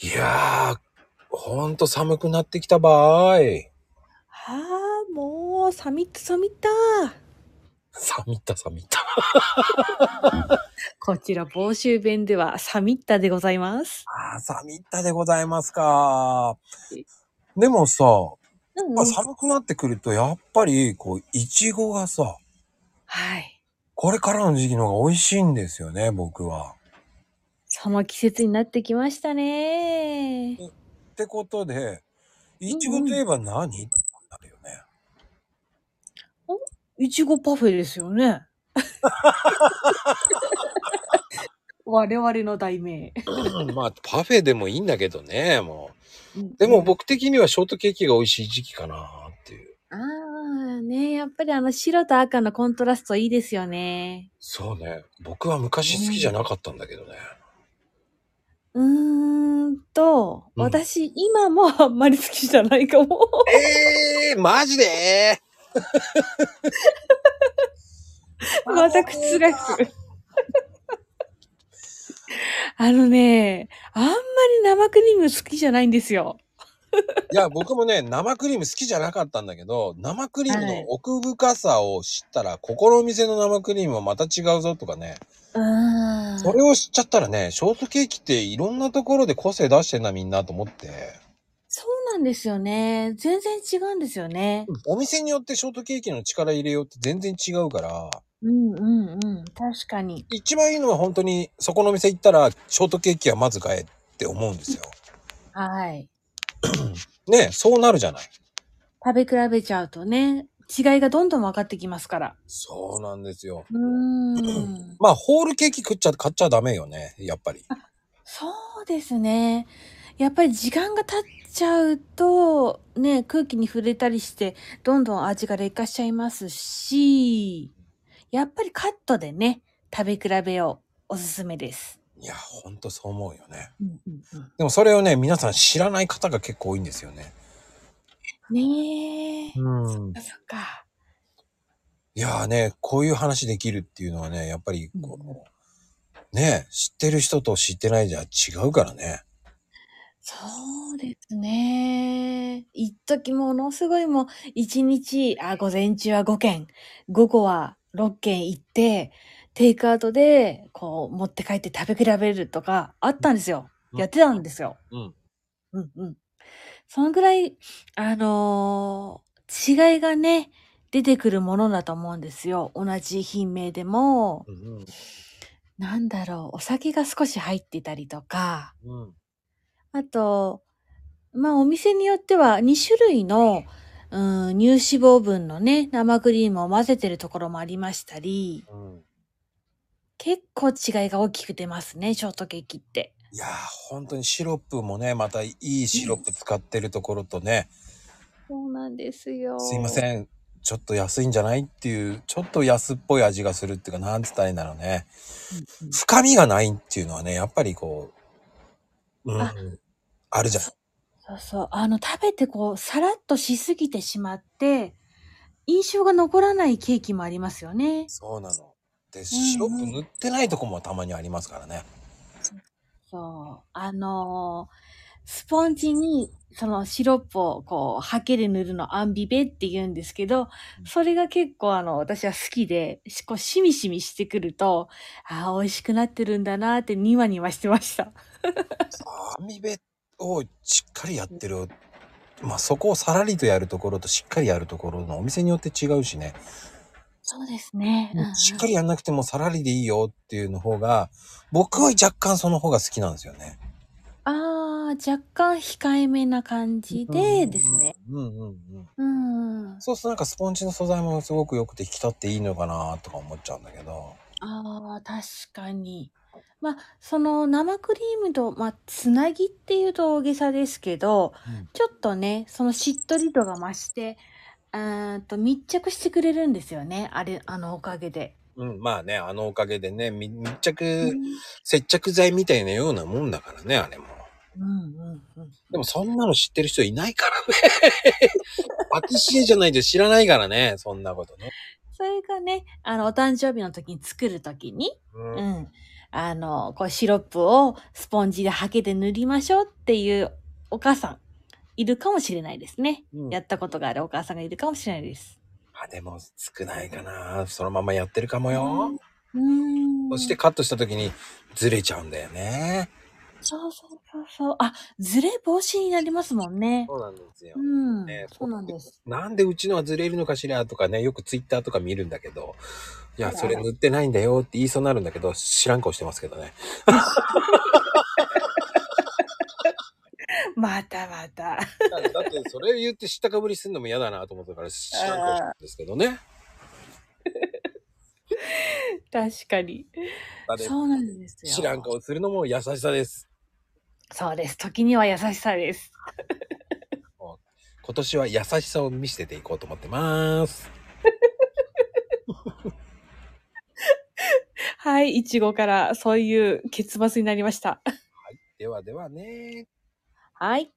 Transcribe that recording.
いやー、ほんと寒くなってきたばーい。 はあ、もう、サミットサミッタ寒いった寒いった。 こちら、房州弁ではサミッタでございます。 寒いったでございますか。 えでもさ、 うんうん。 寒くなってくると、やっぱり、いちごがさ、 はい。 これからの時期の方が美味しいんですよね、僕は。 その季節になってきましたね。 ってことで、いちごうんうん。 といえば何ってなるよね。 お、いちごパフェですよね。我々の題名。 まあ、パフェでもいいんだけどね、もうんう。でもうん。 僕的にはショートケーキが美味しい時期かなっていう。 ああ、ね、やっぱり白と赤のコントラストいいですよね。 そうね。僕は昔好きじゃなかったんだけどね。うん。 私、今もあんまり好きじゃないかも。 マジでまた覆す。あんまり生クリーム好きじゃないんですよ。 いや、僕もね、生クリーム好きじゃなかったんだけど、生クリームのはい。 奥深さを知ったら、ここのお店の生クリームはまた違うぞとかね。 うーん。 それを知っちゃったらね、ショートケーキっていろんなところで個性出してんな、みんなと思って。 そうなんですよね。全然違うんですよね。 お店によってショートケーキの力入れようって全然違うから、 うんうんうん。確かに。 一番いいのは本当にそこのお店行ったら、ショートケーキはまず買えって思うんですよ。 はい。 ね、そうなるじゃない。 食べ比べちゃうとね、違いがどんどん分かってきますから。 そうなんですよ。 うーん。 まあ、ホールケーキ買っちゃダメよね、やっぱり。 そうですね。やっぱり時間が経っちゃうと、ね、空気に触れたりして、どんどん味が劣化しちゃいますし、やっぱりカットでね、食べ比べをおすすめです。 いや、ほんとそう思うよね。 うんうんうん。 でもそれをね、皆さん知らない方が結構多いんですよね。 ねえ。そっうん。 かそっか。 いやーね、こういう話できるっていうのはね、やっぱりうんうん。 ね、知ってる人と知ってないじゃ違うからね。 そうですね。一時ものすごいもう、1日、午前中は5軒、午後は6軒行って、テイクアウトで、持って帰って食べ比べるとか、あったんですよ。 うん。 やってたんですよ。 うん。 うんうん。そのぐらい、違いがね、出てくるものだと思うんですよ。同じ品名でも、 うん。 お酒が少し入ってたりとか、 うん。 あと、お店によっては2種類の、乳脂肪分のね、生クリームを混ぜてるところもありましたり、 うん。 結構違いが大きく出ますね、ショートケーキって。 いやー、本当にシロップもね、またいいシロッうん。 プ使ってるところとね、 そうなんですすいまよ。 せん、ちょっと安いんじゃないっていう、ちょっと安っぽい味がするっていうか、なんつったらいいんだろうね。 うんうん。 深みがないっていうのはね、やっぱりうあ、 ん、あるじゃん。 そそうそう。食べてさらっとしすぎてしまって、印象が残らないケーキもありますよね。 そうなの。で、 うシロップんうん。 塗ってないとこもたまにありますからね。 そう。スポンジにそのシロップをハケで塗るのアンビベって言うんですけど、それが結構私は好きで、しみしみしてくると、美味しくなってるんだなってニワニワしてました。 網辺をしっかりやってる。まあそこをさらりとやるところとしっかりやるところのお店によって違うしね。 そうですね。うんしっうん。 かりやんなくてもさらりでいいよっていうの方が、僕は若干その方が好きなんですよね。 若干控えめな感じうんうんでですね。 うんうんうん。 うんうん。 そうするとなんかスポンジの素材もすごく良くて引き立っていいのかなとか思っちゃうんだけど。 確かに。その生クリームと、つなぎっていうと大げさですけど、 うん。 ちょっとね、そのしっとり度が増して、密着してくれるんですよね。あのおかげで。 うん、まあね、あのおかげでね、密着、 うん。 接着剤みたいなようなもんだからね、あれも。 うんうんうん。 でもそんなの知ってる人いないからね。パティシエじゃないと知らないからね、そんなことね。 それがね、お誕生日の時に作る時に、 うん。 うん。 こうシロップをスポンジでハケで塗りましょうっていうお母さんいるかもしれないですね。 うんやったことがあるお母さんがいるかもしれないです。 あ、でも少ないかな。そのままやってるかもよ。そしてうん。 カットした時にずれちゃうんだよね。 そうそうそうそう。あ、ずれ防止になりますもんね。 そうなんですよ。ね、 そうなんです。 なんでうちのはずれるのかしらとかね、よくツイッターとか見るんだけど、いや、それあらあら。 塗ってないんだよって言いそうになるんだけど、知らん顔してますけどね。 またまた。 だってそれ言って知ったかぶりするのも嫌だなと思ったから知らん顔してるんですけどね。 確かに。 だってそうなんです知らんよ。 顔するのも優しさです。 そうです。時には優しさです。 もう今年は優しさを見せていこうと思ってます。 はい、いちごからそういう結末になりました。 はい。ではではね。 はい。